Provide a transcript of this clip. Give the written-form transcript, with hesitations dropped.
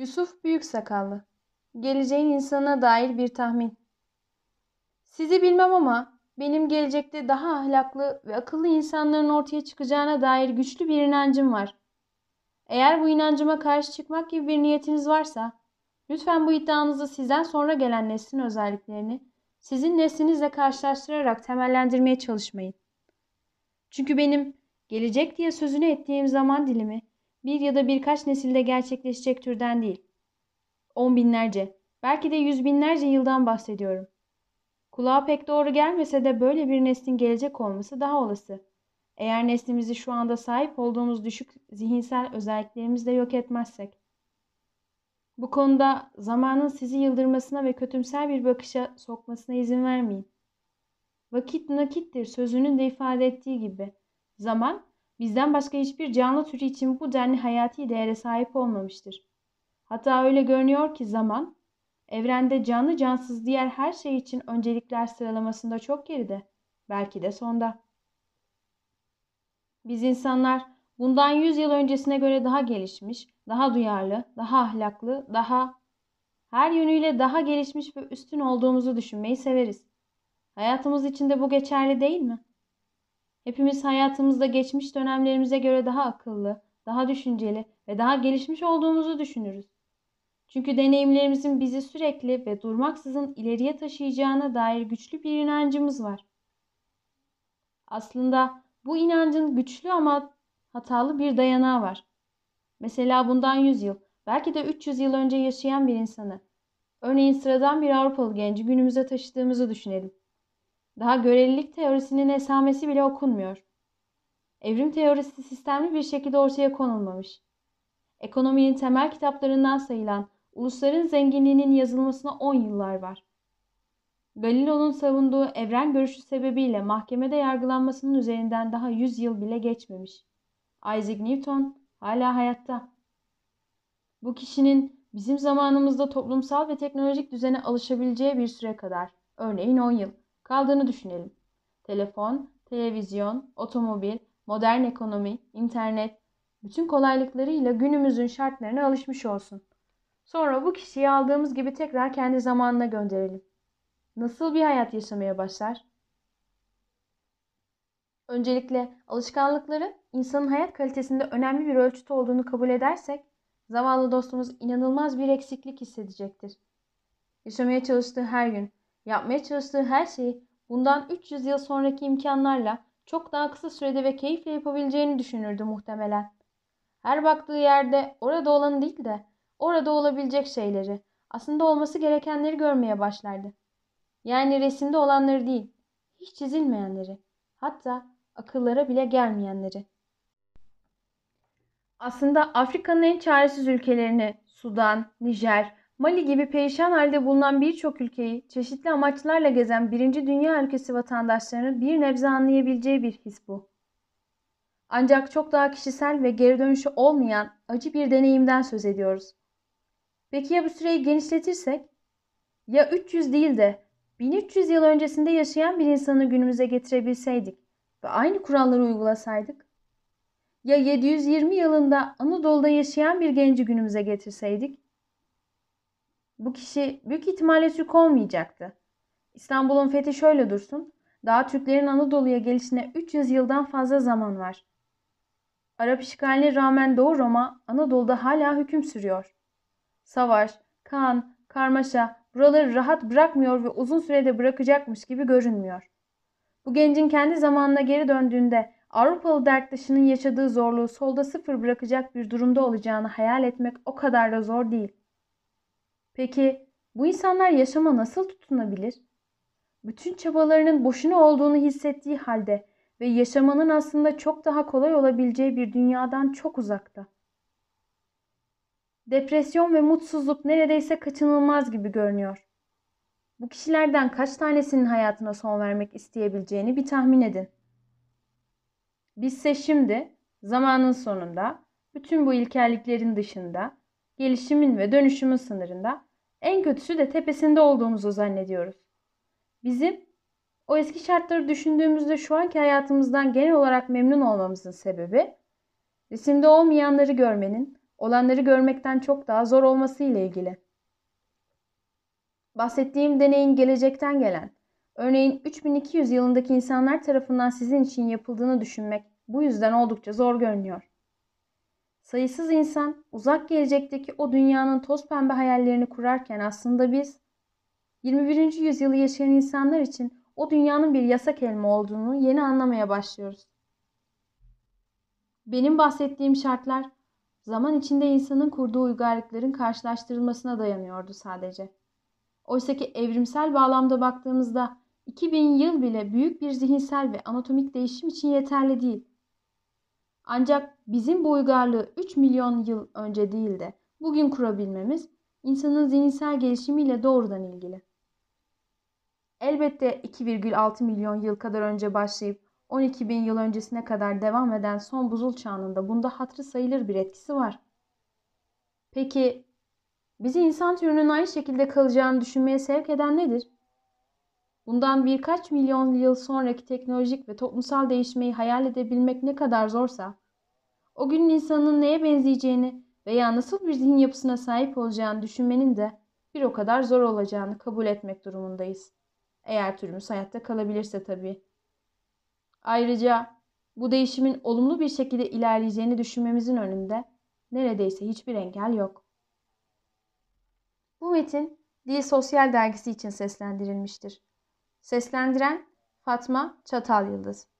Yusuf Büyüksakallı. Geleceğin insanına dair bir tahmin. Sizi bilmem ama benim gelecekte daha ahlaklı ve akıllı insanların ortaya çıkacağına dair güçlü bir inancım var. Eğer bu inancıma karşı çıkmak gibi bir niyetiniz varsa, lütfen bu iddianızı sizden sonra gelen neslin özelliklerini sizin neslinizle karşılaştırarak temellendirmeye çalışmayın. Çünkü benim gelecek diye sözünü ettiğim zaman dilimi bir ya da birkaç nesilde gerçekleşecek türden değil. 10 binlerce, belki de 100 binlerce yıldan bahsediyorum. Kulağa pek doğru gelmese de böyle bir neslin gelecek olması daha olası. Eğer neslimizi şu anda sahip olduğumuz düşük zihinsel özelliklerimizle yok etmezsek. Bu konuda zamanın sizi yıldırmasına ve kötümser bir bakışa sokmasına izin vermeyin. Vakit nakittir sözünün de ifade ettiği gibi. Zaman, bizden başka hiçbir canlı türü için bu denli hayati değere sahip olmamıştır. Hatta öyle görünüyor ki zaman, evrende canlı cansız diğer her şey için öncelikler sıralamasında çok geride, belki de sonda. Biz insanlar bundan 100 yıl öncesine göre daha gelişmiş, daha duyarlı, daha ahlaklı, her yönüyle daha gelişmiş ve üstün olduğumuzu düşünmeyi severiz. Hayatımız için de bu geçerli değil mi? Hepimiz hayatımızda geçmiş dönemlerimize göre daha akıllı, daha düşünceli ve daha gelişmiş olduğumuzu düşünürüz. Çünkü deneyimlerimizin bizi sürekli ve durmaksızın ileriye taşıyacağına dair güçlü bir inancımız var. Aslında bu inancın güçlü ama hatalı bir dayanağı var. Mesela bundan 100 yıl, belki de 300 yıl önce yaşayan bir insanı, örneğin sıradan bir Avrupalı genci günümüze taşıdığımızı düşünelim. Daha görelilik teorisinin esamesi bile okunmuyor. Evrim teorisi sistemli bir şekilde ortaya konulmamış. Ekonominin temel kitaplarından sayılan ulusların zenginliğinin yazılmasına 10 yıllar var. Galileo'nun savunduğu evren görüşü sebebiyle mahkemede yargılanmasının üzerinden daha 100 yıl bile geçmemiş. Isaac Newton hala hayatta. Bu kişinin bizim zamanımızda toplumsal ve teknolojik düzene alışabileceği bir süre kadar, örneğin 10 yıl, kaldığını düşünelim. Telefon, televizyon, otomobil, modern ekonomi, internet, bütün kolaylıklarıyla günümüzün şartlarına alışmış olsun. Sonra bu kişiyi aldığımız gibi tekrar kendi zamanına gönderelim. Nasıl bir hayat yaşamaya başlar? Öncelikle alışkanlıkları insanın hayat kalitesinde önemli bir ölçüt olduğunu kabul edersek, zavallı dostumuz inanılmaz bir eksiklik hissedecektir. Yaşamaya çalıştığı her gün, yapmaya çalıştığı her şeyi bundan 300 yıl sonraki imkanlarla çok daha kısa sürede ve keyifle yapabileceğini düşünürdü muhtemelen. Her baktığı yerde orada olanı değil de orada olabilecek şeyleri, aslında olması gerekenleri görmeye başlardı. Yani resimde olanları değil, hiç çizilmeyenleri, hatta akıllara bile gelmeyenleri. Aslında Afrika'nın en çaresiz ülkelerini, Sudan, Nijer, Mali gibi perişan halde bulunan birçok ülkeyi çeşitli amaçlarla gezen birinci dünya ülkesi vatandaşlarının bir nebze anlayabileceği bir his bu. Ancak çok daha kişisel ve geri dönüşü olmayan acı bir deneyimden söz ediyoruz. Peki ya bu süreyi genişletirsek? Ya 300 değil de 1300 yıl öncesinde yaşayan bir insanı günümüze getirebilseydik ve aynı kuralları uygulasaydık? Ya 720 yılında Anadolu'da yaşayan bir genci günümüze getirseydik? Bu kişi büyük ihtimalle Türk olmayacaktı. İstanbul'un fethi şöyle dursun, daha Türklerin Anadolu'ya gelişine 300 yıldan fazla zaman var. Arap işgaline rağmen Doğu Roma Anadolu'da hala hüküm sürüyor. Savaş, kan, karmaşa buraları rahat bırakmıyor ve uzun sürede bırakacakmış gibi görünmüyor. Bu gencin kendi zamanına geri döndüğünde Avrupalı derttaşının yaşadığı zorluğu solda sıfır bırakacak bir durumda olacağını hayal etmek o kadar da zor değil. Peki bu insanlar yaşama nasıl tutunabilir? Bütün çabalarının boşuna olduğunu hissettiği halde ve yaşamanın aslında çok daha kolay olabileceği bir dünyadan çok uzakta. Depresyon ve mutsuzluk neredeyse kaçınılmaz gibi görünüyor. Bu kişilerden kaç tanesinin hayatına son vermek isteyebileceğini bir tahmin edin. Bizse şimdi, zamanın sonunda, bütün bu ilkelliklerin dışında, gelişimin ve dönüşümün sınırında, en kötüsü de tepesinde olduğumuzu zannediyoruz. Bizim, o eski şartları düşündüğümüzde şu anki hayatımızdan genel olarak memnun olmamızın sebebi, resimde olmayanları görmenin, olanları görmekten çok daha zor olması ile ilgili. Bahsettiğim deneyin gelecekten gelen, örneğin 3200 yılındaki insanlar tarafından sizin için yapıldığını düşünmek bu yüzden oldukça zor görünüyor. Sayısız insan uzak gelecekteki o dünyanın toz pembe hayallerini kurarken aslında biz 21. yüzyılı yaşayan insanlar için o dünyanın bir yasak elma olduğunu yeni anlamaya başlıyoruz. Benim bahsettiğim şartlar zaman içinde insanın kurduğu uygarlıkların karşılaştırılmasına dayanıyordu sadece. Oysaki evrimsel bağlamda baktığımızda 2000 yıl bile büyük bir zihinsel ve anatomik değişim için yeterli değil. Ancak bizim bu uygarlığı 3 milyon yıl önce değil de bugün kurabilmemiz insanın zihinsel gelişimiyle doğrudan ilgili. Elbette 2,6 milyon yıl kadar önce başlayıp 12 bin yıl öncesine kadar devam eden son buzul çağının bunda hatırı sayılır bir etkisi var. Peki bizi insan türünün aynı şekilde kalacağını düşünmeye sevk eden nedir? Bundan birkaç milyon yıl sonraki teknolojik ve toplumsal değişmeyi hayal edebilmek ne kadar zorsa, o günün insanının neye benzeyeceğini veya nasıl bir zihin yapısına sahip olacağını düşünmenin de bir o kadar zor olacağını kabul etmek durumundayız. Eğer türümüz hayatta kalabilirse tabii. Ayrıca bu değişimin olumlu bir şekilde ilerleyeceğini düşünmemizin önünde neredeyse hiçbir engel yok. Bu metin Dil Sosyal dergisi için seslendirilmiştir. Seslendiren Fatma Çatal Yıldız.